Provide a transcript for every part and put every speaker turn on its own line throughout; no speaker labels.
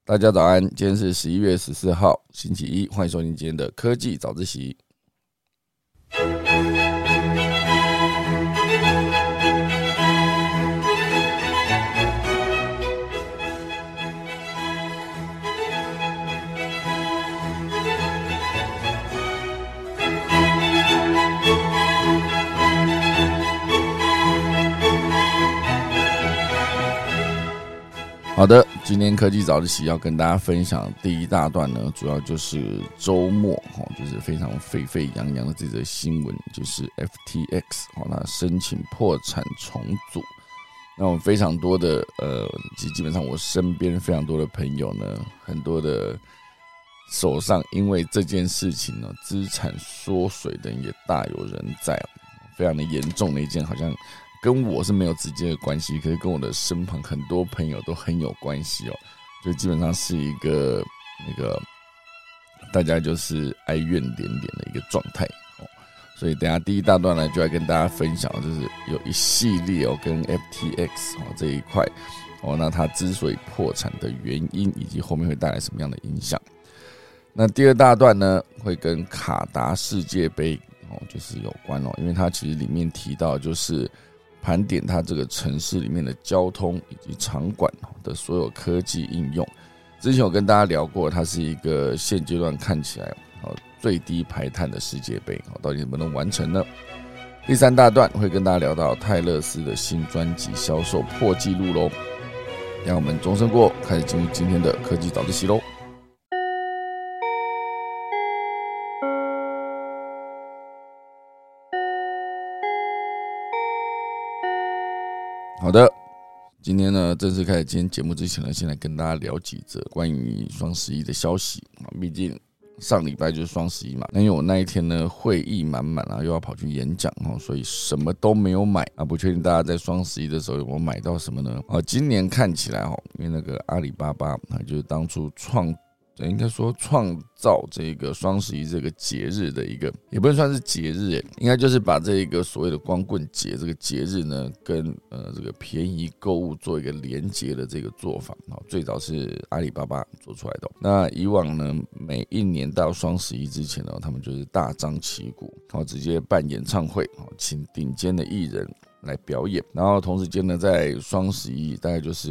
大家早安，今天是11月14号，星期一，欢迎收听今天的科技早自习。好的，今天科技早自习要跟大家分享第一大段呢，主要就是周末就是非常沸沸扬扬的这则新闻，就是 FTX 那申请破产重组。那我们非常多的基本上我身边非常多的朋友呢，很多的手上因为这件事情呢，资产缩水的人也大有人在，非常的严重的一件，好像跟我是没有直接的关系，可是跟我的身旁很多朋友都很有关系哦，就基本上是一个大家就是哀怨连连的一个状态哦。所以等一下第一大段呢，就来跟大家分享，就是有一系列跟 FTX 这一块那它之所以破产的原因，以及后面会带来什么样的影响。那第二大段呢，会跟卡达世界杯就是有关因为它其实里面提到就是盘点它这个城市里面的交通以及场馆的所有科技应用。之前有跟大家聊过，它是一个现阶段看起来最低排碳的世界杯，到底能不能完成呢？第三大段会跟大家聊到泰勒斯的新专辑销售破纪录咯。让我们钟声过，开始进入今天的科技早自习咯。好的，今天呢正式开始今天节目之前呢，先来跟大家聊几则关于双11的消息。毕竟上礼拜就是双11嘛，那因为我那一天呢会议满满又要跑去演讲所以什么都没有买不确定大家在双11的时候有没有买到什么呢？今年看起来因为那个阿里巴巴就是当初应该说创造这个双11这个节日的一个，也不能算是节日应该就是把这个所谓的光棍节这个节日呢，跟这个便宜购物做一个连结的这个做法最早是阿里巴巴做出来的。那以往呢，每一年到双11之前呢，他们就是大张旗鼓直接办演唱会请顶尖的艺人来表演，然后同时间呢，在双11大概就是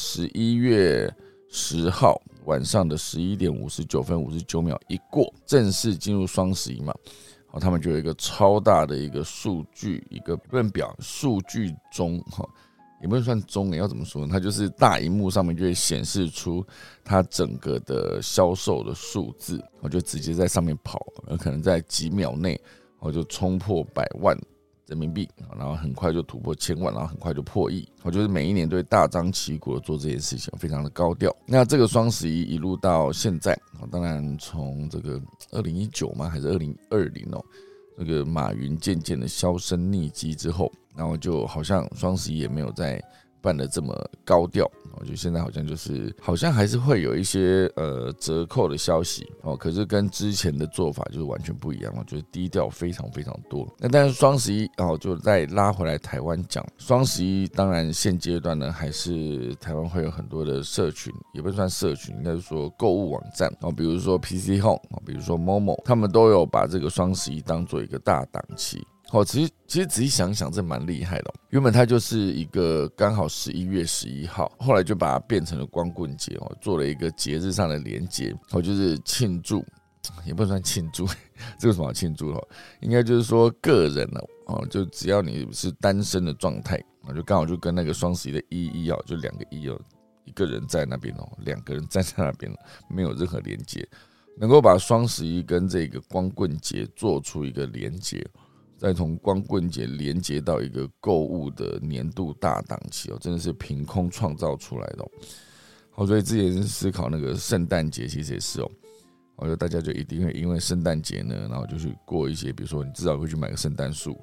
11月10号晚上的11点59分59秒一过，正式进入双11嘛，他们就有一个超大的一个数据，一个不能表数据钟也不能算钟要怎么说呢？它就是大荧幕上面就会显示出它整个的销售的数字，就直接在上面跑，可能在几秒内就冲破100万人民币，然后很快就突破1000万，然后很快就破亿。就是每一年都会大张旗鼓的做这件事情，非常的高调。那这个双11一路到现在，当然从这个2019吗？还是2020这个马云渐渐的销声匿迹之后，然后就好像双11也没有再办得这么高调，我觉得现在好像好像还是会有一些折扣的消息可是跟之前的做法就是完全不一样就是低调非常非常多。那但是双11就再拉回来台湾讲，双11当然现阶段呢，还是台湾会有很多的社群，也不算社群，应该是说购物网站比如说 PC Home， 比如说 Momo， 他们都有把这个双11当做一个大档期。其实仔细想想，这蛮厉害的原本它就是一个刚好11月11号，后来就把它变成了光棍节做了一个节日上的连结就是庆祝，也不能算庆祝，这有什么好庆祝应该就是说个人就只要你是单身的状态，就刚好就跟那个双11的11就2个1一个人在那边2个人站在那边没有任何连结，能够把双11跟这个光棍节做出一个连结，再从光棍节连接到一个购物的年度大档期真的是凭空创造出来的所以之前思考那个圣诞节其实也是我觉得大家就一定会因为圣诞节呢，然后就去过一些，比如说你至少会去买个圣诞树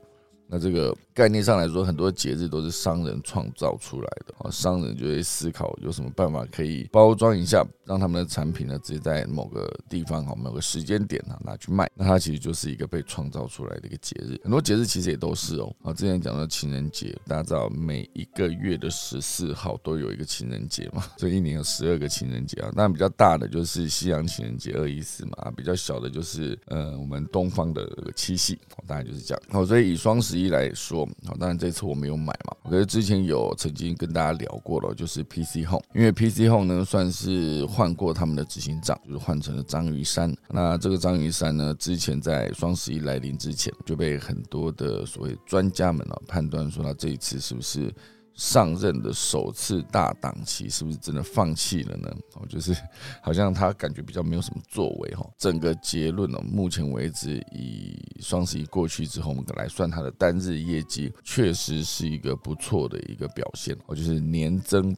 那这个概念上来说，很多节日都是商人创造出来的，商人就会思考有什么办法可以包装一下，让他们的产品呢直接在某个地方某个时间点拿去卖。那它其实就是一个被创造出来的一个节日。很多节日其实也都是之前讲到情人节，大家知道每一个月的14号都有一个情人节嘛，所以一年有12个情人节当然比较大的就是西洋情人节214嘛，比较小的就是我们东方的七夕，大概就是这样。所以以双11来说，当然这次我没有买嘛，可是之前有曾经跟大家聊过了，就是 PC Home， 因为 PC Home 呢算是换过他们的执行长，就是换成了张于山。那这个张于山呢，之前在双11来临之前就被很多的所谓专家们判断说他这一次是不是上任的首次大档期是不是真的放弃了呢？就是好像他感觉比较没有什么作为。整个结论目前为止以双11过去之后，我们来算他的单日业绩，确实是一个不错的一个表现，就是年增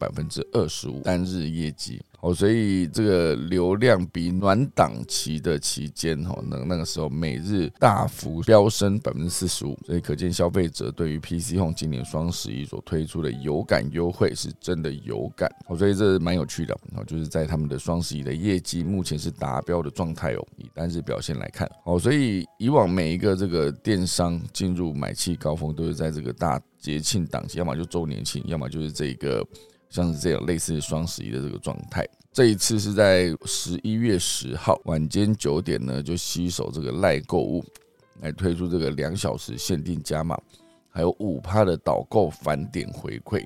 25% 单日业绩。所以这个流量比暖档期的期间那个时候每日大幅飙升 45%， 所以可见消费者对于 PC Home 今年双11所推出的有感优惠是真的有感。所以这蛮有趣的，就是在他们的双11的业绩目前是达标的状态以单日表现来看。所以以往每一个这个电商进入买气高峰都是在这个大节庆档期，要么就周年庆，要么就是这个像是这样类似双11的这个状态。这一次是在11月10号晚间9点呢，就携手这个赖购物来推出这个2小时限定加码，还有 5% 的导购返点回馈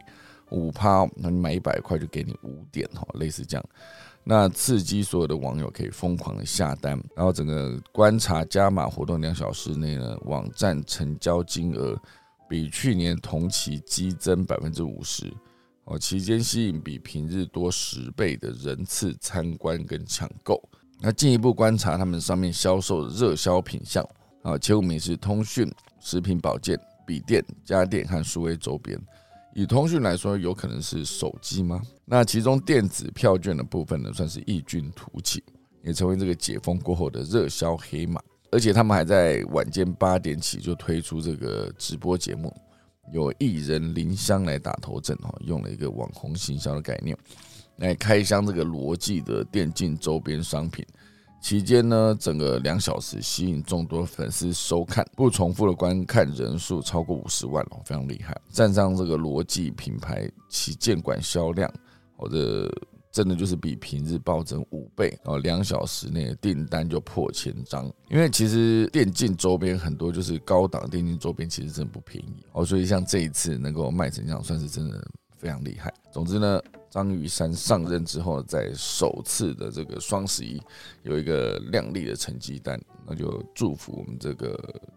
，5%你买100块就给你5点，类似这样。那刺激所有的网友可以疯狂的下单，然后整个观察加码活动2小时内呢，网站成交金额比去年同期激增 50%。期间吸引比平日多10倍的人次参观跟抢购。那进一步观察他们上面销售的热销品项，前5名是通讯、食品保健、笔电、家电和数位周边。以通讯来说，有可能是手机吗？那其中电子票券的部分呢，算是异军突起，也成为这个解封过后的热销黑马。而且他们还在晚间8点起就推出这个直播节目，有艺人林香来打头阵，用了一个网红行销的概念来开箱这个罗技的电竞周边商品。期间呢，整个2小时吸引众多粉丝收看，不重复的观看人数超过50万，非常厉害，站上这个罗技品牌旗舰馆销量，真的就是比平日暴增5倍，2小时内的订单就破1000张。因为其实电竞周边很多就是高档电竞周边，其实真的不便宜所以像这一次能够卖成这样，算是真的非常厉害。总之呢，张于山上任之后，在首次的这个双11有一个亮丽的成绩单，那就祝福我们这个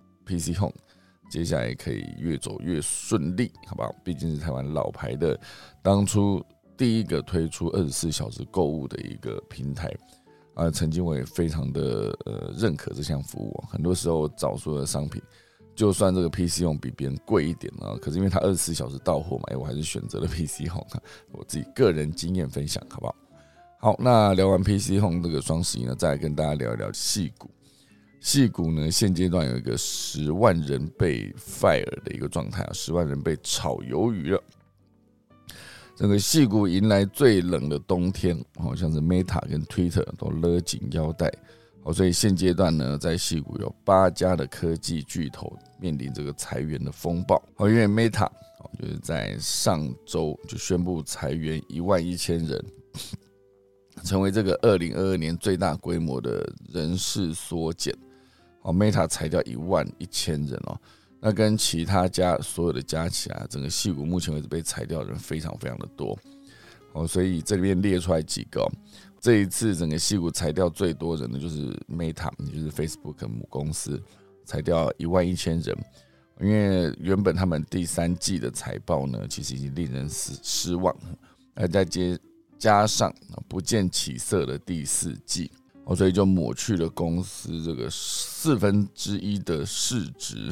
PC Home 接下来可以越走越顺利，好不好？毕竟是台湾老牌的，当初第一个推出24小时购物的一个平台曾经我也非常的认可这项服务。很多时候找所有的商品，就算这个 PC Home 比别人贵一点可是因为它24小时到货嘛，我还是选择了 PC Home。我自己个人经验分享，好不好？好，那聊完 PC Home 这个双11呢，再来跟大家聊一聊矽谷。矽谷呢，现阶段有一个10万人被 fire 的一个状态10万人被炒鱿鱼了。整个矽谷迎来最冷的冬天，像是 Meta 跟 Twitter 都勒紧腰带，所以现阶段呢，在矽谷有8家的科技巨头面临这个裁员的风暴。因为 Meta 就是在上周就宣布裁员11000人，成为这个2022年最大规模的人事缩减。Meta 裁掉11000人那跟其他家所有的加起来，整个矽谷目前为止被裁掉的人非常非常的多所以这里面列出来几个这一次整个矽谷裁掉最多人的就是 Meta， 就是 Facebook 母公司，裁掉11000人。因为原本他们第3季的财报呢，其实已经令人失望，再加上不见起色的第4季所以就抹去了公司这个1/4的市值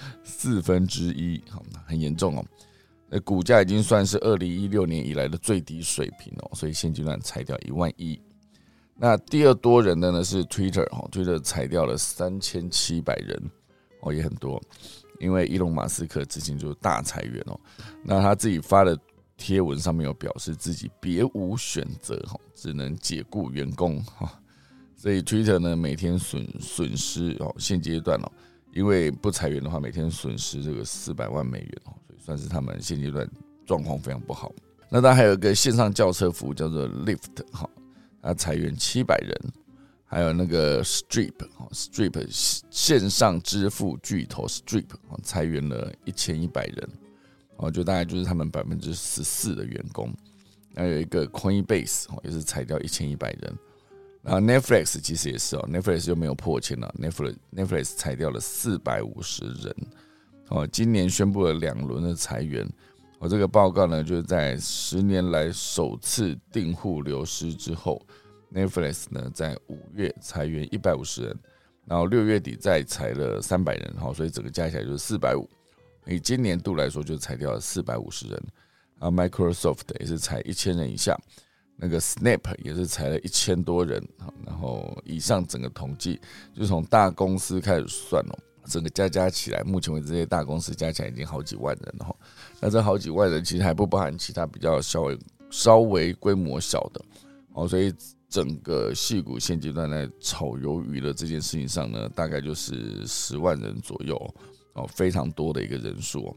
，1/4，很严重股价已经算是2016年以来的最低水平所以现阶段裁掉11000。那第2多人的呢是 Twitter 裁掉了3700人也很多。 因为伊隆马斯克之前就是大裁员那他自己发的贴文上面有表示自己别无选择只能解雇员工所以 Twitter 呢每天损失现阶段因为不裁员的话每天损失这个400万美元所以算是他们现阶段状况非常不好。那当然还有一个线上轿车服务叫做 Lyft 它裁员700人，还有那个 Stripe 线上支付巨头 Stripe 裁员了1100人就大概就是他们14%的员工。还有一个 Coinbase 也是裁掉1100人。然后 Netflix 其实也是Netflix 又没有破千了 Netflix 裁掉了450人今年宣布了2轮的裁员这个报告呢就是在10年来首次订户流失之后， Netflix 呢在5月裁员150人，然后6月底再裁了300人所以整个加起来就是450，以今年度来说就裁掉了450人。然后 Microsoft 也是裁1000人以下，那个 Snap 也是裁了1000多人，然后以上整个统计就从大公司开始算整个加起来，目前为止这些大公司加起来已经好几万人了。那这好几万人其实还不包含其他比较稍微规模小的所以整个矽谷现阶段在炒鱿鱼的这件事情上呢，大概就是10万人左右非常多的一个人数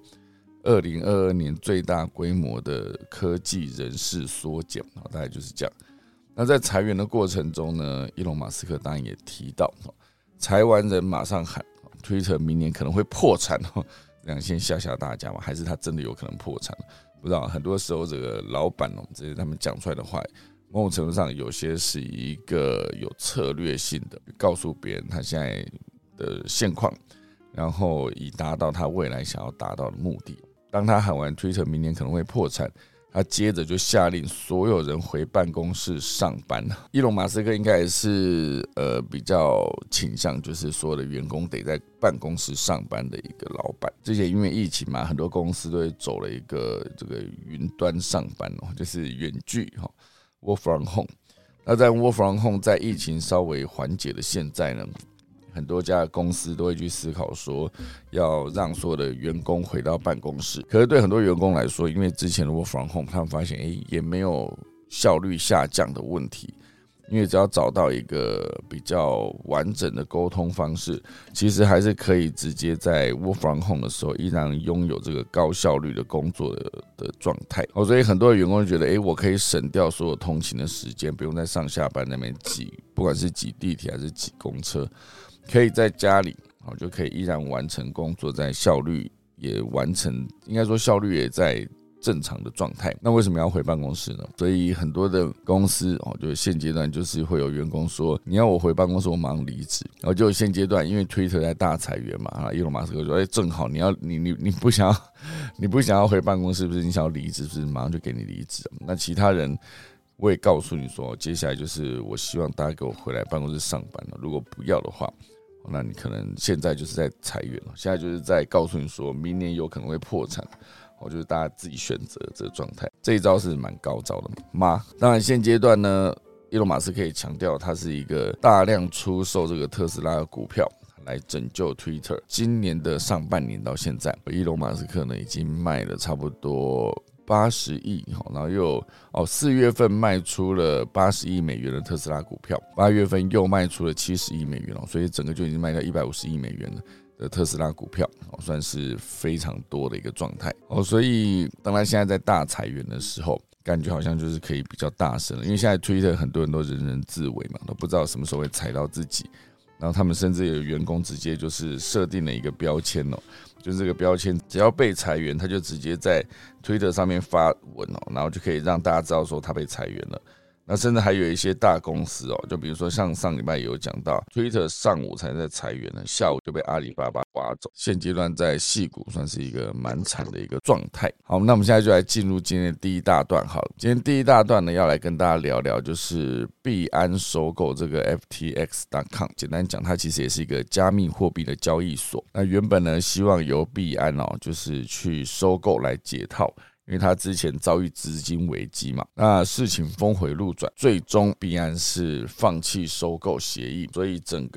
2022年最大规模的科技人事缩减大概就是这样。那在裁员的过程中呢，伊隆马斯克当然也提到裁完人马上喊Twitter 明年可能会破产这样先吓大家嘛？还是他真的有可能破产？不知道，很多时候这个老板这些他们讲出来的话，某种程度上有些是一个有策略性的，告诉别人他现在的现况，然后以达到他未来想要达到的目的。当他喊完 Twitter 明年可能会破产，他接着就下令所有人回办公室上班。伊隆马斯克应该也是比较倾向就是所有的员工得在办公室上班的一个老板。之前因为疫情嘛，很多公司都会走了一个这个云端上班就是远距Work from home。那在 Work from home 在疫情稍微缓解的现在呢，很多家公司都会去思考说要让所有的员工回到办公室。可是对很多员工来说，因为之前的 work from home 他们发现也没有效率下降的问题，因为只要找到一个比较完整的沟通方式，其实还是可以直接在 work from home 的时候依然拥有这个高效率的工作的状态所以很多的员工就觉得我可以省掉所有通勤的时间，不用在上下班那边挤，不管是挤地铁还是挤公车，可以在家里就可以依然完成工作，在效率也完成，应该说效率也在正常的状态。那为什么要回办公室呢？所以很多的公司就现阶段就是会有员工说，你要我回办公室我马上离职。然后就现阶段因为 Twitter 在大裁员嘛，伊隆马斯克说正好你不想要回办公室，是不是你想要离职，是不是马上就给你离职。那其他人我也告诉你说，接下来就是我希望大家给我回来办公室上班了，如果不要的话，那你可能现在就是在裁员了，现在就是在告诉你说明年有可能会破产，就是大家自己选择这个状态。这一招是蛮高招的嘛。当然现阶段呢，伊隆马斯克也强调他是一个大量出售这个特斯拉的股票来拯救 Twitter。今年的上半年到现在，伊隆马斯克呢已经卖了差不多80亿，然后又4月份卖出了80亿美元的特斯拉股票，8月份又卖出了70亿美元，所以整个就已经卖掉150亿美元的特斯拉股票，算是非常多的一个状态。所以当然现在在大裁员的时候，感觉好像就是可以比较大声了，因为现在 Twitter 很多人都人人自危嘛，都不知道什么时候会踩到自己。然后他们甚至有员工直接就是设定了一个标签就是这个标签只要被裁员，他就直接在 Twitter 上面发文然后就可以让大家知道说他被裁员了。那甚至还有一些大公司就比如说像上礼拜也有讲到 Twitter 上午才在裁员呢，下午就被阿里巴巴挖走。现阶段在矽谷算是一个蛮惨的一个状态。好，那我们现在就来进入今天的第一大段。好，今天第一大段呢要来跟大家聊聊就是币安收购这个 FTX.com。 简单讲，它其实也是一个加密货币的交易所。那原本呢希望由币安就是去收购来解套，因为他之前遭遇资金危机嘛，那事情峰回路转，最终币安是放弃收购协议，所以整个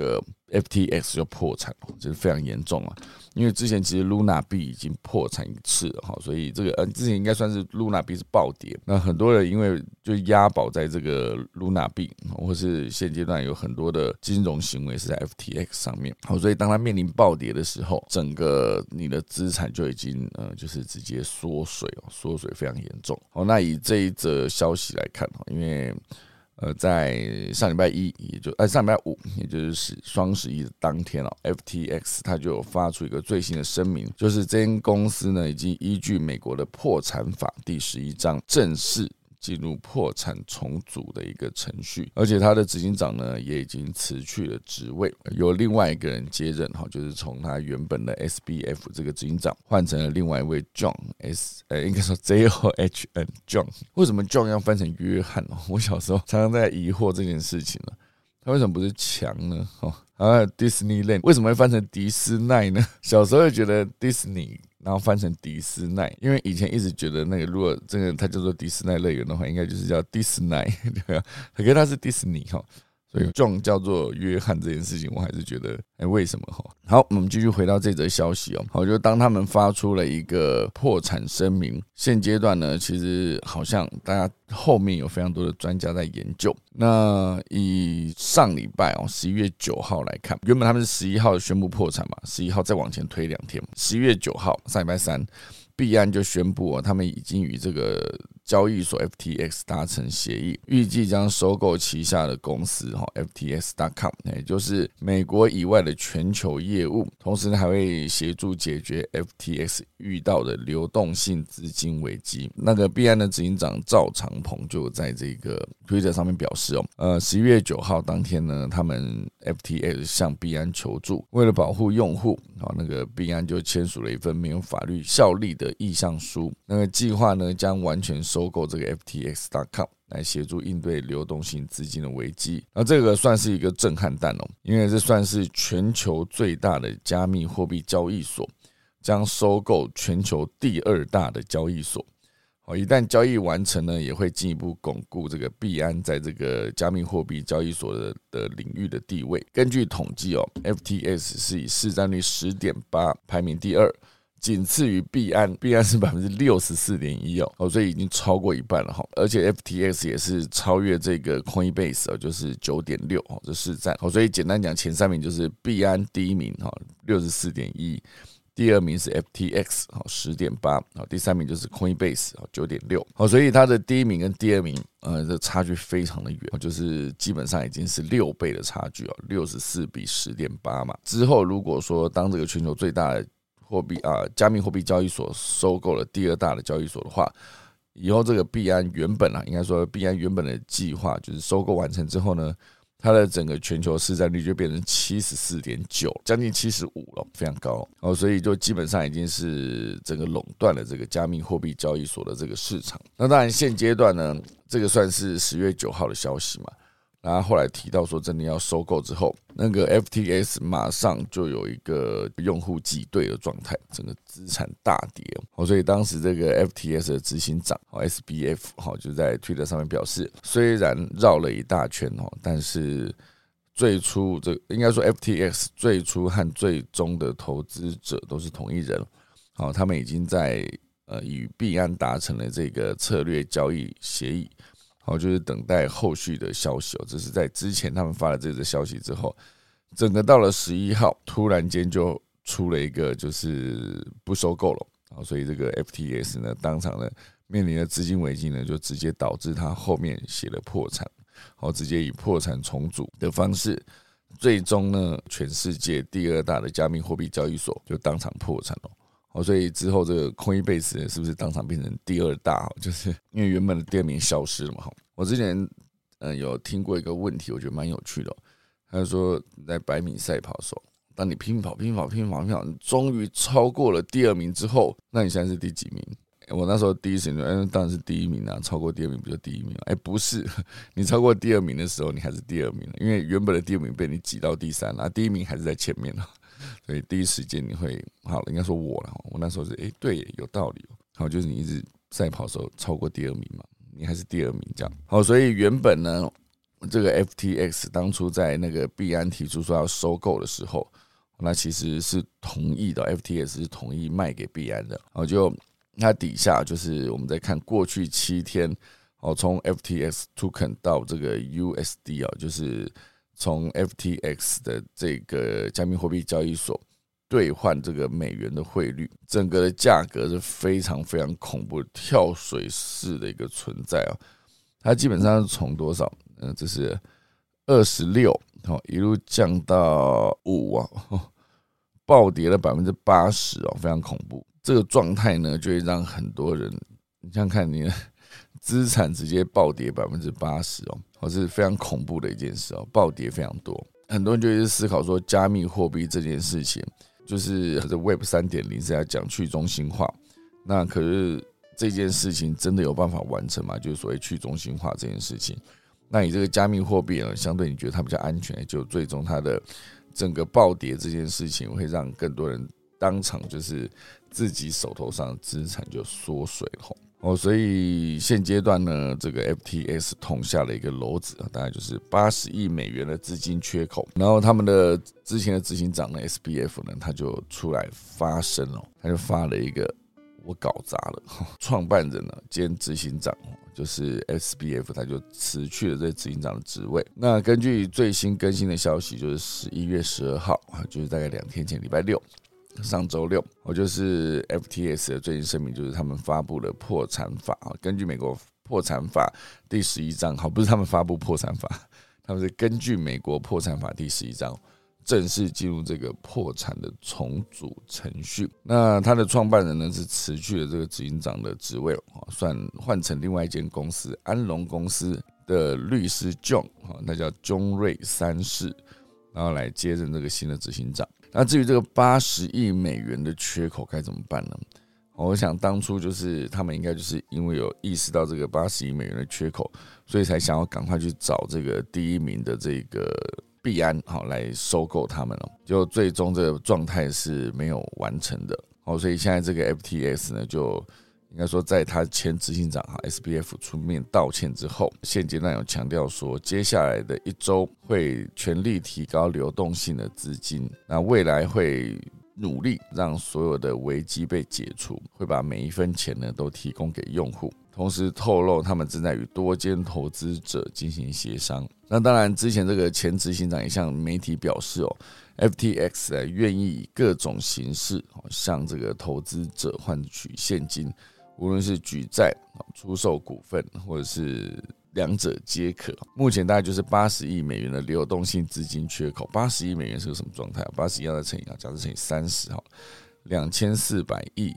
FTX 就破产，这是非常严重啊。因为之前其实 Luna 币已经破产一次了，所以这个之前应该算是 Luna 币是暴跌。那很多人因为就押宝在这个 Luna 币，或是现阶段有很多的金融行为是在 FTX 上面，所以当它面临暴跌的时候，整个你的资产就已经就是直接缩水非常严重。好，那以这一则消息来看，因为在上礼拜一，上礼拜五，也就是双十一的当天FTX 它就有发出一个最新的声明，就是这间公司呢已经依据美国的破产法第11章正式进入破产重组的一个程序，而且他的执行长呢也已经辞去了职位，由另外一个人接任，就是从他原本的 SBF 这个执行长换成了另外一位 John 应该说 JOHN John。 为什么 John 要翻成约翰？我小时候常常在疑惑这件事情，他为什么不是强呢？还有 Disneyland 为什么会翻成迪斯奈呢？小时候就觉得 Disney然后翻成迪斯奈，因为以前一直觉得那个如果这个它叫做迪斯奈乐园的话，应该就是叫迪斯奈，对啊，可是它是迪士尼所以 John 叫做约翰这件事情，我还是觉得为什么？好，我们继续回到这则消息好，就当他们发出了一个破产声明，现阶段呢，其实好像大家后面有非常多的专家在研究。那以上礼拜11月9号来看，原本他们是11号宣布破产嘛，11号再往前推2天，11月9号上礼拜三，币安就宣布他们已经与这个交易所 FTX 达成协议，预计将收购旗下的公司FTX.com， 也就是美国以外的全球业务，同时还会协助解决 FTX 遇到的流动性资金危机。那个币安的执行长赵长鹏就在这个 Twitter 上面表示11月9号当天呢，他们 FTX 向币安求助，为了保护用户，那个币安就签署了一份没有法律效力的意向书。那个计划呢，将完全收购这个 FTX.com 来协助应对流动性资金的危机。那这个算是一个震撼弹因为这算是全球最大的加密货币交易所将收购全球第2大的交易所。一旦交易完成呢，也会进一步巩固这个币安在这个加密货币交易所 的领域的地位。根据统计FTX 是以市占率 10.8% 排名第2，仅次于币安，币安是 64.1%所以已经超过一半了而且 FTX 也是超越这个 Coinbase 就是 9.6% 这市占所以简单讲，前3名就是币安第1名 64.1%，第2名是 FTX 10.8%， 第3名就是 Coinbase 9.6%， 所以它的第1名跟第2名这差距非常的远，就是基本上已经是6倍的差距64比 10.8 嘛。之后如果说当这个全球最大的加密货币交易所收购了第2大的交易所的话，以后这个币安原本应该说币安原本的计划就是收购完成之后呢，它的整个全球市占率就变成 74.9%， 将近75%了，非常高所以就基本上已经是整个垄断了这个加密货币交易所的这个市场。那当然现阶段呢，这个算是10月9号的消息嘛。然后后来提到说真的要收购之后，那个 FTX 马上就有一个用户挤兑的状态，整个资产大跌所以当时这个 FTX 的执行长 SBF 就在 Twitter 上面表示，虽然绕了一大圈但是最初应该说 FTX 最初和最终的投资者都是同一人他们已经在与币安达成了这个策略交易协议，就是等待后续的消息这是在之前他们发了这个消息之后，整个到了11号突然间就出了一个就是不收购了所以这个 FTX 呢当场呢面临的资金危机呢，就直接导致他后面写了破产直接以破产重组的方式，最终呢全世界第2大的加密货币交易所就当场破产了所以之后这个 Coinbase 是不是当场变成第2大，就是因为原本的第2名消失了嘛。我之前有听过一个问题，我觉得蛮有趣的他就说在100米赛跑的时候，当你拼跑，你终于超过了第2名之后，那你现在是第几名？我那时候第一时间当然是第1名超过第2名不就第1名不是，你超过第2名的时候你还是第2名因为原本的第2名被你挤到第3第1名还是在前面所以第一时间你会好，应该说我那时候是对，有道理就是你一直赛跑的时候超过第2名嘛，你还是第2名这样所以原本呢这个 FTX 当初在那个币安提出说要收购的时候，那其实是同意的 ，FTX 是同意卖给币安的。就它底下就是我们在看过去7天，从 FTX token 到这个 USD 就是从 FTX 的这个加密货币交易所兑换这个美元的汇率，整个的价格是非常非常恐怖的跳水式的一个存在它基本上是从多少？这是26，一路降到5暴跌了80%非常恐怖。这个状态呢，就会让很多人，你想想看，你的资产直接暴跌80%是非常恐怖的一件事暴跌非常多。很多人就会思考说，加密货币这件事情，就是 Web 3.0 是在讲去中心化，那可是这件事情真的有办法完成吗？就是所谓去中心化这件事情。那你这个加密货币呢，相对你觉得它比较安全，就最终它的整个暴跌这件事情，会让更多人当场就是自己手头上的资产就缩水了所以现阶段呢，这个 FTX 捅下了一个篓子，大概就是80亿美元的资金缺口。然后他们的之前的执行长呢 SBF 呢，他就出来发声他就发了一个我搞砸了，创办人呢兼执行长就是 SBF 他就辞去了这个执行长的职位。那根据最新更新的消息，就是11月12号，就是大概2天前，礼拜六。上周六，就是 FTX 的最新声明，就是他们发布了破产法。根据美国破产法第11章，不是他们发布破产法，他们是根据美国破产法第11章正式进入这个破产的重组程序。那他的创办人呢是辞去了这个执行长的职位，算换成另外一间公司安龙公司的律师 John， 那叫钟瑞3世，然后来接任这个新的执行长。那至于这个80亿美元的缺口该怎么办呢？我想当初就是他们应该就是因为有意识到这个80亿美元的缺口，所以才想要赶快去找这个第一名的这个币安来收购他们就最终这个状态是没有完成的所以现在这个 FTX 呢就应该说，在他前执行长SBF 出面道歉之后，现阶段有强调说，接下来的1周会全力提高流动性的资金，那未来会努力让所有的危机被解除，会把每一分钱呢都提供给用户。同时透露，他们正在与多间投资者进行协商。那当然，之前这个前执行长也向媒体表示FTX 愿意以各种形式向这个投资者换取现金。无论是举债、出售股份，或者是两者皆可。目前大概就是80亿美元的流动性资金缺口。80亿美元是个什么状态？80亿要再乘以假设乘以30 2400亿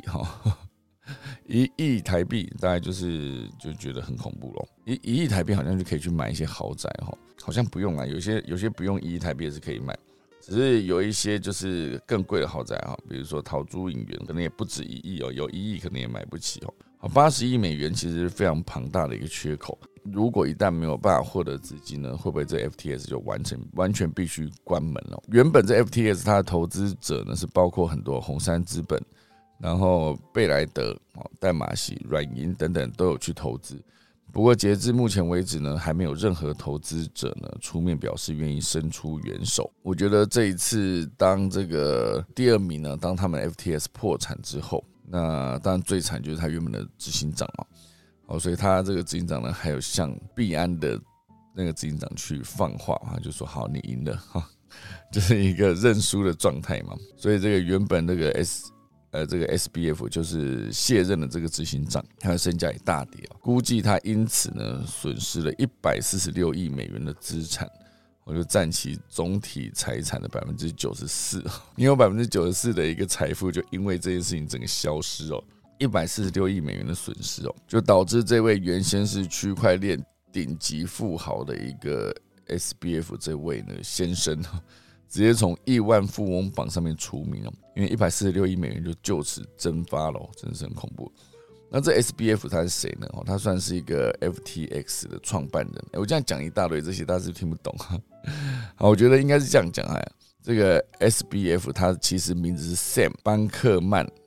1亿台币大概就觉得很恐怖了。1亿台币好像就可以去买一些豪宅好像不用有些不用1亿台币也是可以买。只是有一些就是更贵的豪宅比如说陶朱隐园可能也不止1亿有1亿可能也买不起80亿美元其实是非常庞大的一个缺口。如果一旦没有办法获得资金呢，会不会这 FTX 就完全必须关门了？原本这 FTX 它的投资者呢是包括很多红杉资本，然后贝莱德、淡马锡、软银等等都有去投资。不过截至目前为止呢，还没有任何投资者呢出面表示愿意伸出援手。我觉得这一次当这个第2名呢，当他们 FTX 破产之后，那当然最惨就是他原本的执行长所以他这个执行长呢，还有向币安的那个执行长去放话就说好，你赢了就是一个认输的状态嘛。所以这个原本这个这个 SBF 就是卸任的这个执行长，他的身价也大跌估计他因此呢损失了146亿美元的资产，我就占其总体财产的94%。你有94%的一个财富，就因为这件事情整个消失146亿美元的损失就导致这位原先是区块链顶级富豪的一个 SBF 这位呢先生直接从亿万富翁榜上面除名因为146亿美元就此蒸发了真的是很恐怖。那这 SBF 他是谁呢？他算是一个 FTX 的创办人。我这样讲一大堆这些大家是听不懂好，我觉得应该是这样讲这个 SBF 他其实名字是 Sam 班克曼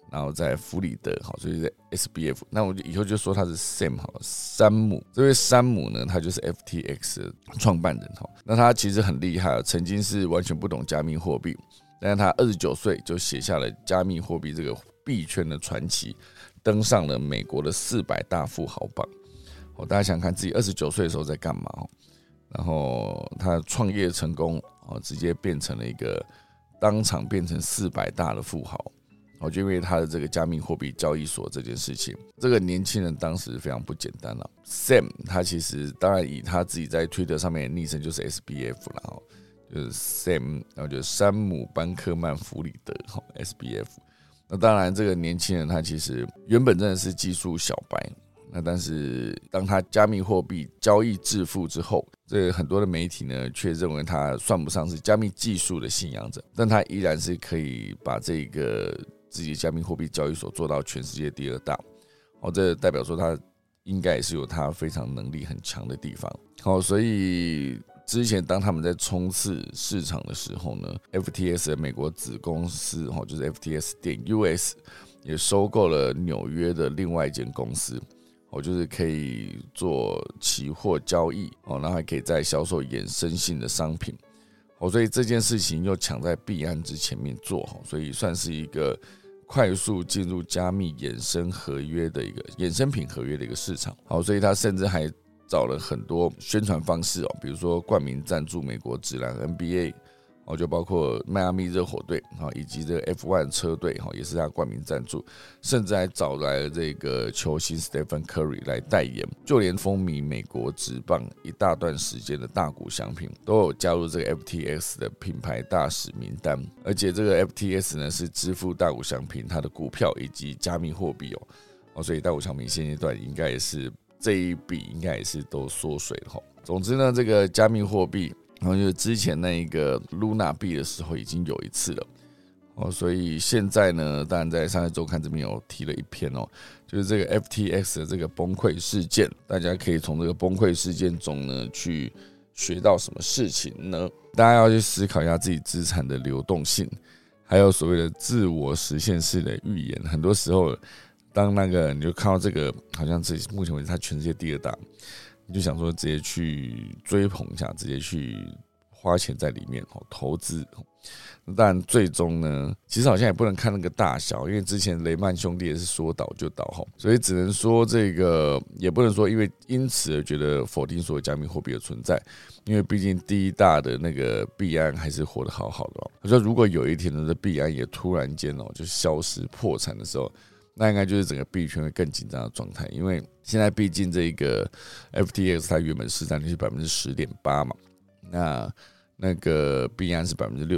然后在弗里德，所以在 SBF， 那我以后就说他是 Sam 好了，山姆。这位山姆呢，他就是 FTX 的创办人，那他其实很厉害，曾经是完全不懂加密货币，但是他29岁就写下了加密货币这个币圈的传奇，登上了美国的400大富豪榜。大家想看自己29岁的时候在干嘛？然后他创业成功，直接变成了一个当场变成400大的富豪。就因为他的这个加密货币交易所这件事情，这个年轻人当时非常不简单了。Sam 他其实当然以他自己在 Twitter 上面的昵称就是 SBF 啦，就是 Sam， 然后就是山姆班克曼弗里德 SBF。那当然这个年轻人他其实原本真的是技术小白，那但是当他加密货币交易致富之后，这很多的媒体呢却认为他算不上是加密技术的信仰者，但他依然是可以把这个自己的加密货币交易所做到全世界第2大，这代表说他应该也是有他非常能力很强的地方。所以之前当他们在冲刺市场的时候呢 ，FTX 的美国子公司就是 FTX.US 也收购了纽约的另外一间公司，就是可以做期货交易，然后还可以再销售衍生性的商品。所以这件事情又抢在币安之前面做，所以算是一个快速进入加密衍生合约的一个衍生品合约的一个市场。所以他甚至还找了很多宣传方式，比如说冠名赞助美国职篮 NBA， 就包括迈阿密热火队以及这个 F1 车队也是他冠名赞助，甚至还找来了这个球星 Stephen Curry 来代言，就连风靡美国职棒一大段时间的大谷翔平都有加入这个 FTX 的品牌大使名单，而且这个 FTX 呢是支付大谷翔平他的股票以及加密货币所以大谷翔平现阶段应该也是这一笔应该也是都缩水了。总之呢，这个加密货币然后就是之前那一个 Luna 币的时候已经有一次了，所以现在呢，当然在商业周刊这边有提了一篇就是这个 FTX 的这个崩溃事件，大家可以从这个崩溃事件中呢去学到什么事情呢？大家要去思考一下自己资产的流动性，还有所谓的自我实现式的预言。很多时候，当那个你就看到这个好像自己目前为止它全世界第2大。你就想说直接去追捧一下，直接去花钱在里面投资。当然最终呢，其实好像也不能看那个大小，因为之前雷曼兄弟也是说倒就倒，所以只能说这个也不能说因此而觉得否定所有加密货币的存在，因为毕竟第1大的那个币安还是活得好好的。我说如果有一天呢，这币安也突然间就消失破产的时候，那应该就是整个币圈会更紧张的状态，因为现在毕竟这个 FTX 它原本市占率是 10.8% 嘛，那个币安是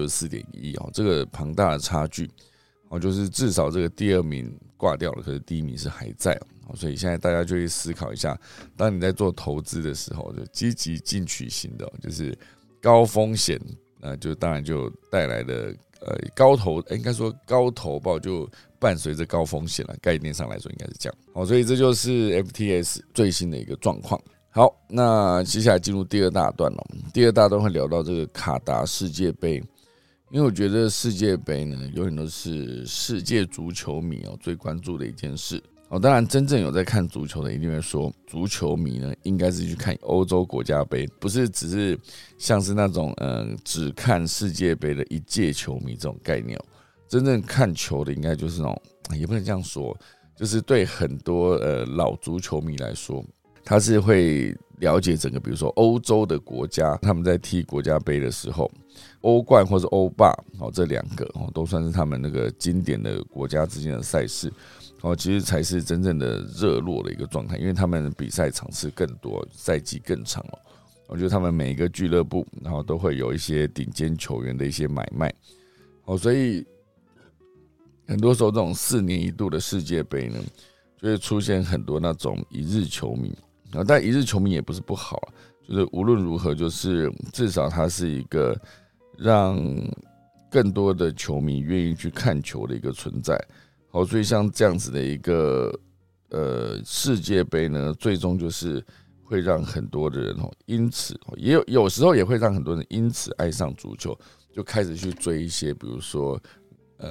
64.1%， 这个庞大的差距，就是至少这个第2名挂掉了，可是第1名是还在，所以现在大家就会思考一下，当你在做投资的时候，就积极进取型的，就是高风险，就当然就带来了应该说高投报就伴随着高风险了，概念上来说应该是这样。所以这就是 FTX 最新的一个状况。好，那接下来进入第2大段了。第2大段会聊到这个卡达世界杯，因为我觉得世界杯呢，永远都是世界足球迷最关注的一件事。当然真正有在看足球的一定会说，足球迷呢应该是去看欧洲国家杯，不是只是像是那种只看世界杯的一届球迷这种概念。真正看球的应该就是那种，也不能这样说，就是对很多老足球迷来说，他是会了解整个比如说欧洲的国家他们在踢国家杯的时候，欧冠或是欧霸这2个都算是他们那个经典的国家之间的赛事，其实才是真正的热络的一个状态，因为他们比赛场次更多，赛季更长。我觉得他们每一个俱乐部然后都会有一些顶尖球员的一些买卖，所以很多时候这种4年一度的世界杯呢，就会出现很多那种一日球迷，但一日球迷也不是不好，就是无论如何，就是至少它是一个让更多的球迷愿意去看球的一个存在。所以像这样子的一个世界杯呢，最终就是会让很多的人因此也有时候也会让很多人因此爱上足球，就开始去追一些比如说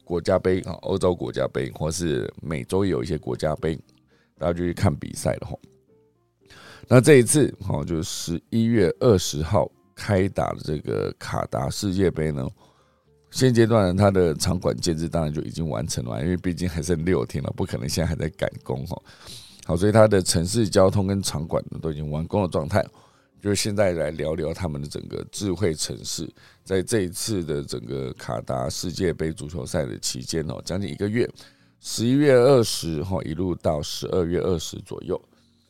国家杯啊，欧洲国家杯，或是美洲也有一些国家杯，大家就去看比赛了哈。那这一次就是11月20号开打的这个卡达世界杯呢，现阶段呢它的场馆建制当然就已经完成了，因为毕竟还剩6天了，不可能现在还在赶工哈。好，所以它的城市交通跟场馆都已经完工的状态。就现在来聊聊他们的整个智慧城市，在这一次的整个卡达世界杯足球赛的期间将近1个月，11月20一路到12月20左右，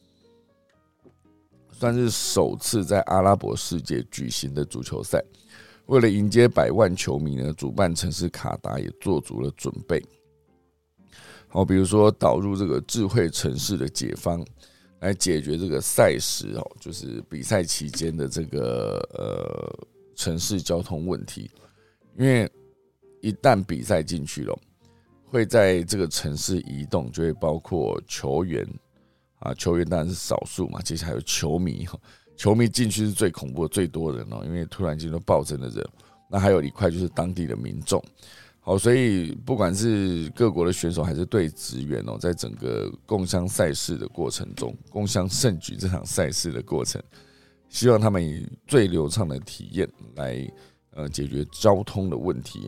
算是首次在阿拉伯世界举行的足球赛。为了迎接100万球迷呢，主办城市卡达也做足了准备。好，比如说导入这个智慧城市的解方，来解决这个赛事就是比赛期间的这个城市交通问题。因为一旦比赛进去了，会在这个城市移动，就会包括球员啊，球员当然是少数嘛，接下来还有球迷，球迷进去是最恐怖的、最多人因为突然间就暴增的人。那还有一块就是当地的民众。好，所以不管是各国的选手还是队职员在整个共襄赛事的过程中，共襄盛举这场赛事的过程，希望他们以最流畅的体验来解决交通的问题。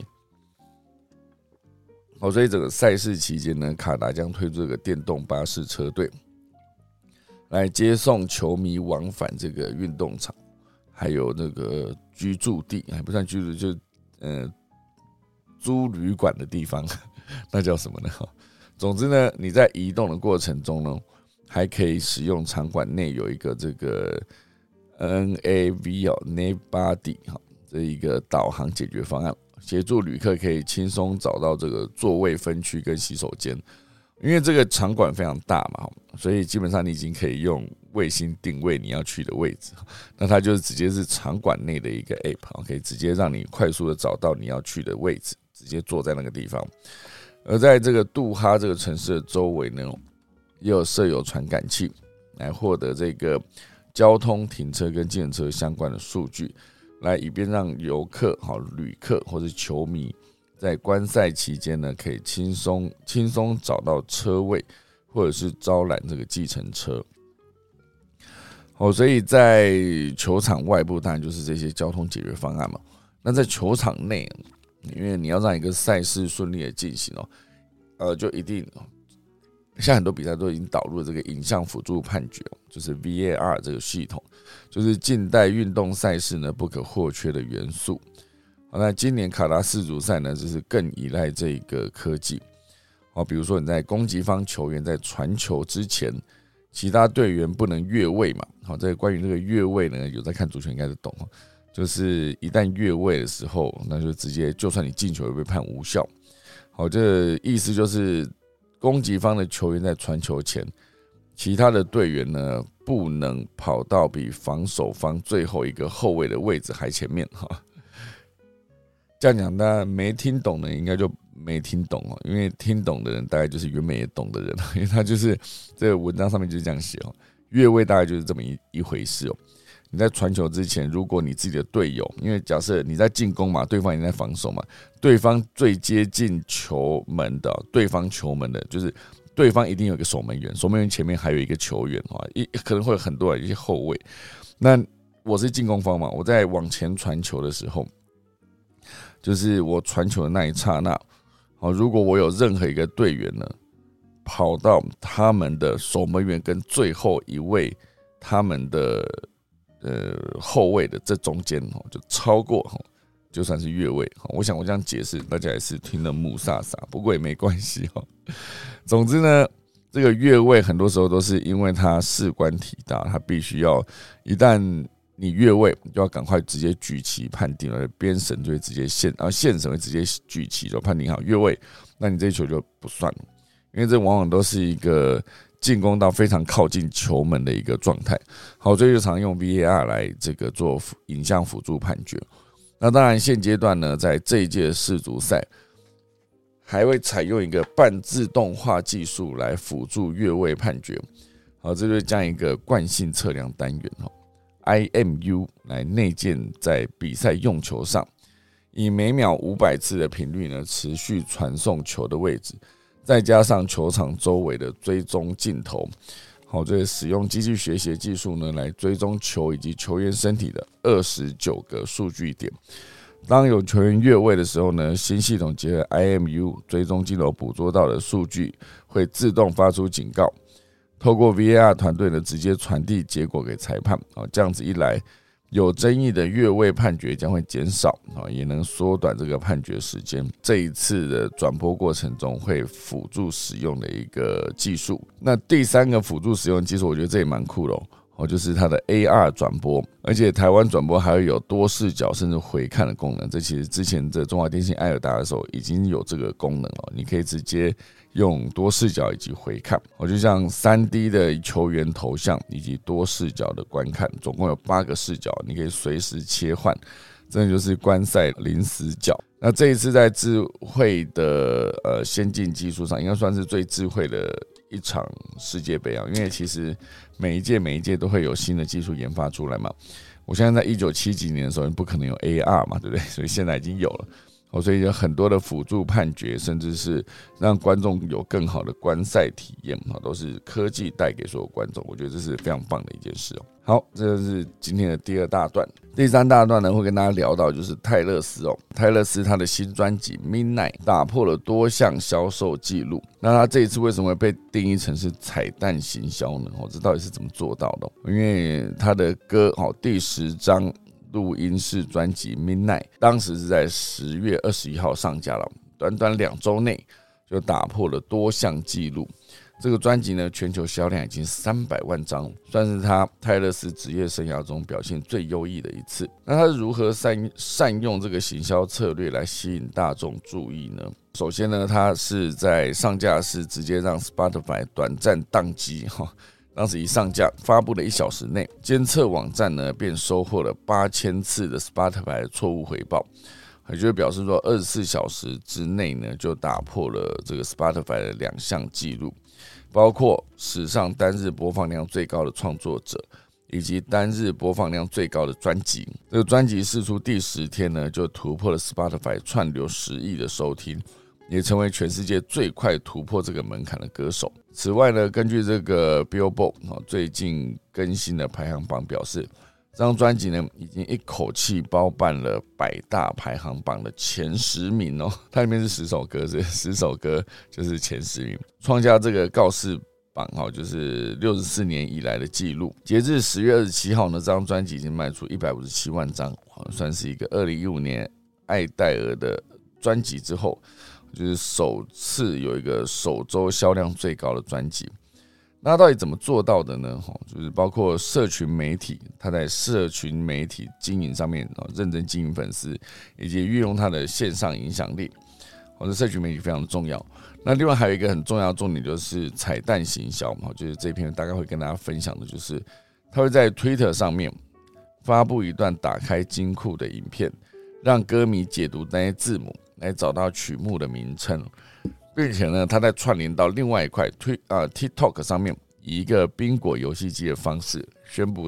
好，所以整个赛事期间呢，卡达将推出这个电动巴士车队，来接送球迷往返这个运动场，还有那个居住地，还不算居住，就租旅馆的地方，那叫什么呢？总之呢，你在移动的过程中呢，还可以使用场馆内有一个这个 NAV Navbody 这一个导航解决方案，协助旅客可以轻松找到这个座位分区跟洗手间。因为这个场馆非常大嘛，所以基本上你已经可以用卫星定位你要去的位置，那它就是直接是场馆内的一个 App， 可以直接让你快速的找到你要去的位置，直接坐在那个地方。而在这个杜哈这个城市的周围呢，也有设有传感器，来获得这个交通、停车跟计程车相关的数据，来以便让游客、旅客或是球迷在观赛期间呢，可以轻松找到车位，或者是招揽这个计程车。所以在球场外部当然就是这些交通解决方案嘛。那在球场内，因为你要让一个赛事顺利的进行就一定现在很多比赛都已经导入了这个影像辅助判决，就是 VAR 这个系统，就是近代运动赛事呢不可或缺的元素。那今年卡达世足赛呢，就是更依赖这个科技。比如说你在攻击方球员在传球之前，其他队员不能越位嘛。这个关于这个越位呢，有在看足球应该是懂，就是一旦越位的时候，那就直接就算你进球也被判无效。这意思就是攻击方的球员在传球前，其他的队员呢不能跑到比防守方最后一个后卫的位置还前面这样讲，大家没听懂的应该就没听懂因为听懂的人大概就是原本也懂的人，因为他就是这个文章上面就是这样写越位大概就是这么一回事你在传球之前，如果你自己的队友，因为假设你在进攻嘛，对方也在防守嘛，对方最接近球门的，对方球门的，就是对方一定有一个守门员，守门员前面还有一个球员可能会有很多人，一些后卫。那我是进攻方嘛，我在往前传球的时候，就是我传球的那一刹那，如果我有任何一个队员呢，跑到他们的守门员跟最后一位他们的后卫的这中间就超过，就算是越位。我想我这样解释，大家也是听得木煞煞，不过也没关系。总之呢，这个越位很多时候都是因为它事关体大，它必须要一旦你越位，你就要赶快直接举旗判定了，编审就会直接然后县审会直接举旗就判定好越位，那你这一球就不算了，因为这往往都是一个进攻到非常靠近球门的一个状态。好，所以就常用 VAR 来这个做影像辅助判决。那当然现阶段呢，在这一届的世足赛还会采用一个半自动化技术来辅助越位判决。好，这就是将一个惯性测量单元IMU 来内建在比赛用球上， 以每秒500次的频率呢，持续传送球的位置，再加上球场周围的追踪镜头，这个使用机器学习技术呢，来追踪球以及球员身体的29个数据点。当有球员越位的时候呢，新系统结合 IMU 追踪镜头捕捉到的数据会自动发出警告，透过 VAR 团队呢直接传递结果给裁判。这样子一来，有争议的越位判决将会减少，也能缩短这个判决时间。这一次的转播过程中会辅助使用的一个技术。那第3个辅助使用的技术，我觉得这也蛮酷的就是它的 AR 转播，而且台湾转播还会有多视角甚至回看的功能。这其实之前在中华电信爱尔达的时候已经有这个功能了，你可以直接用多视角以及回看，就像 3D 的球员头像以及多视角的观看，总共有8个视角，你可以随时切换，真的就是观赛零死角。那这一次在智慧的先进技术上，应该算是最智慧的一场世界杯因为其实每一届都会有新的技术研发出来嘛。我现在在1970几年的时候，不可能有 AR 嘛，对不对？所以现在已经有了。所以有很多的辅助判决，甚至是让观众有更好的观赛体验，都是科技带给所有观众。我觉得这是非常棒的一件事好，这是今天的第2大段。第3大段呢，会跟大家聊到就是泰勒斯泰勒斯他的新专辑 Midnight 打破了多项销售记录。那他这一次为什么会被定义成是彩蛋行销呢？这到底是怎么做到的？因为他的歌第10张录音室专辑 Midnight 当时是在10月21号上架了，短短2周内就打破了多项纪录。这个专辑呢，全球销量已经300万张，算是他泰勒斯职业生涯中表现最优异的一次。那他是如何善用这个行销策略来吸引大众注意呢？首先呢，他是在上架时直接让 Spotify 短暂宕机当时一上架发布的1小时内，监测网站呢便收获了8000次的 Spotify 的错误回报，也就是表示说24小时之内呢就打破了这个 Spotify 的2项纪录，包括史上单日播放量最高的创作者，以及单日播放量最高的专辑。这个专辑释出第10天呢，就突破了 Spotify 串流10亿的收听，也成为全世界最快突破这个门槛的歌手。此外呢，根据这个 Billboard 最近更新的排行榜表示，这张专辑呢已经一口气包办了100大排行榜的前10名它里面是10首歌，10首歌就是前10名，创下这个告示榜就是64年以来的记录。截至10月27号呢，这张专辑已经卖出157万张，算是一个2015年艾戴尔的专辑之后，就是首次有一个首周销量最高的专辑。那到底怎么做到的呢？就是包括社群媒体，他在社群媒体经营上面认真经营粉丝，以及运用他的线上影响力，这社群媒体非常重要。那另外还有一个很重要的重点就是彩蛋行销，就是这篇大概会跟大家分享的，就是他会在 Twitter 上面发布一段打开金库的影片，让歌迷解读那些字母来找到曲目的名称，并且呢，他在串联到另外一块TikTok 上面，以一个宾果游戏机的方式宣布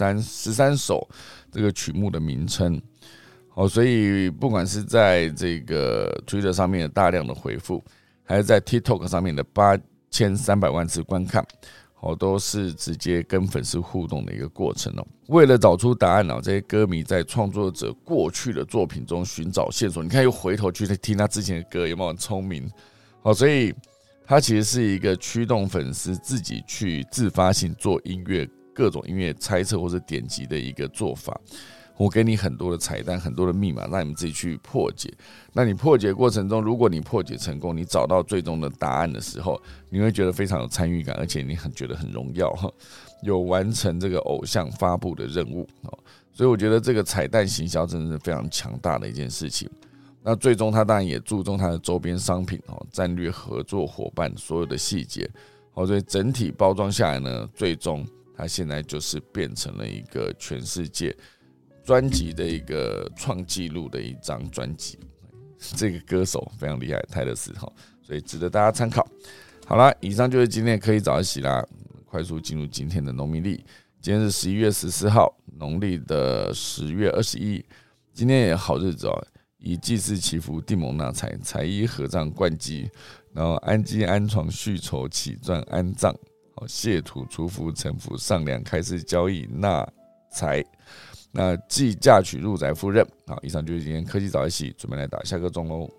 13首这个曲目的名称。所以不管是在这个 Twitter 上面的大量的回复，还是在 TikTok 上面的8300万次观看，都是直接跟粉丝互动的一个过程为了找出答案这些歌迷在创作者过去的作品中寻找线索。你看，又回头去听他之前的歌，有没有很聪明？所以它其实是一个驱动粉丝自己去自发性做音乐、各种音乐猜测或者点击的一个做法。我给你很多的彩蛋，很多的密码，让你们自己去破解。那你破解过程中，如果你破解成功，你找到最终的答案的时候，你会觉得非常有参与感，而且你觉得很荣耀，有完成这个偶像发布的任务。所以我觉得这个彩蛋行销真的是非常强大的一件事情。那最终他当然也注重他的周边商品、战略合作伙伴所有的细节。所以整体包装下来呢，最终他现在就是变成了一个全世界专辑的一个创纪录的一张专辑。这个歌手非常厉害，泰勒斯，所以值得大家参考。好啦，以上就是今天的科技早起啦，快速进入今天的农民历。今天是11月14号，农历的10月21日，今天也好日子以祭祀祈福，定谋纳财，财衣合葬灌基，然后安基安床续筹起传安葬，谢土除福成福上梁开市交易纳财，那即嫁娶入宅赴任。好，以上就是今天科技早一起，准备来打下个钟喽。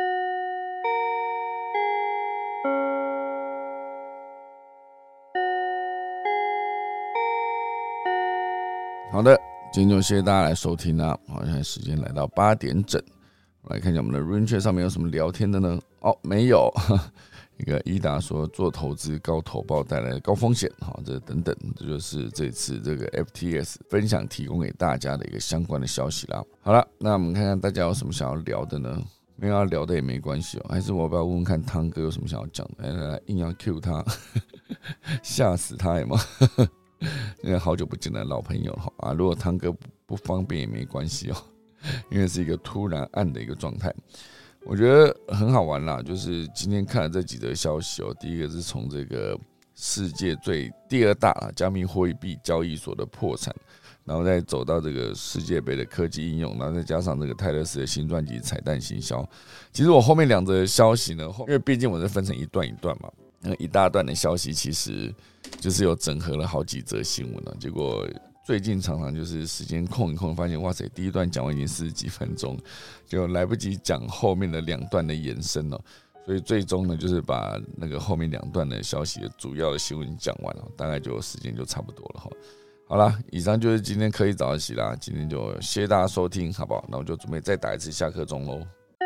好的，今天就谢谢大家来收听啦。好，现在时间来到8点整，我来看一下我们的 RainChat 上面有什么聊天的呢？没有。一个伊达说做投资高投报带来的高风险，这等等，这就是这次这个 FTX 分享提供给大家的一个相关的消息啦。好了，那我们看看大家有什么想要聊的呢？没有要聊的也没关系还是我要不要问问看汤哥有什么想要讲的？来，硬要 cue 他，吓死他吗？因为好久不见的老朋友了如果汤哥不方便也没关系因为是一个突然暗的一个状态。我觉得很好玩啦，就是今天看了这几则消息第一个是从这个世界第二大加密货币交易所的破产，然后再走到这个世界杯的科技应用，然后再加上这个泰勒斯的新专辑彩蛋行销。其实我后面2则消息呢，因为毕竟我是分成一段一段嘛，一大段的消息其实就是有整合了好几则新闻结果最近常常就是时间空一空，发现哇塞，第一段讲完已经40几分钟，就来不及讲后面的2段的延伸所以最终呢，就是把那个后面2段的消息的主要的新闻讲完了，大概就时间就差不多了好啦，以上就是今天科技早起啦，今天就谢谢大家收听，好不好？那我就准备再打一次下课钟喽。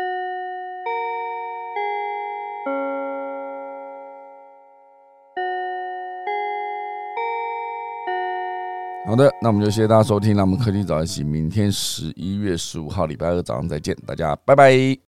好的，那我们就谢谢大家收听，那我们科技早一起，明天11月15号礼拜二早上再见，大家拜拜。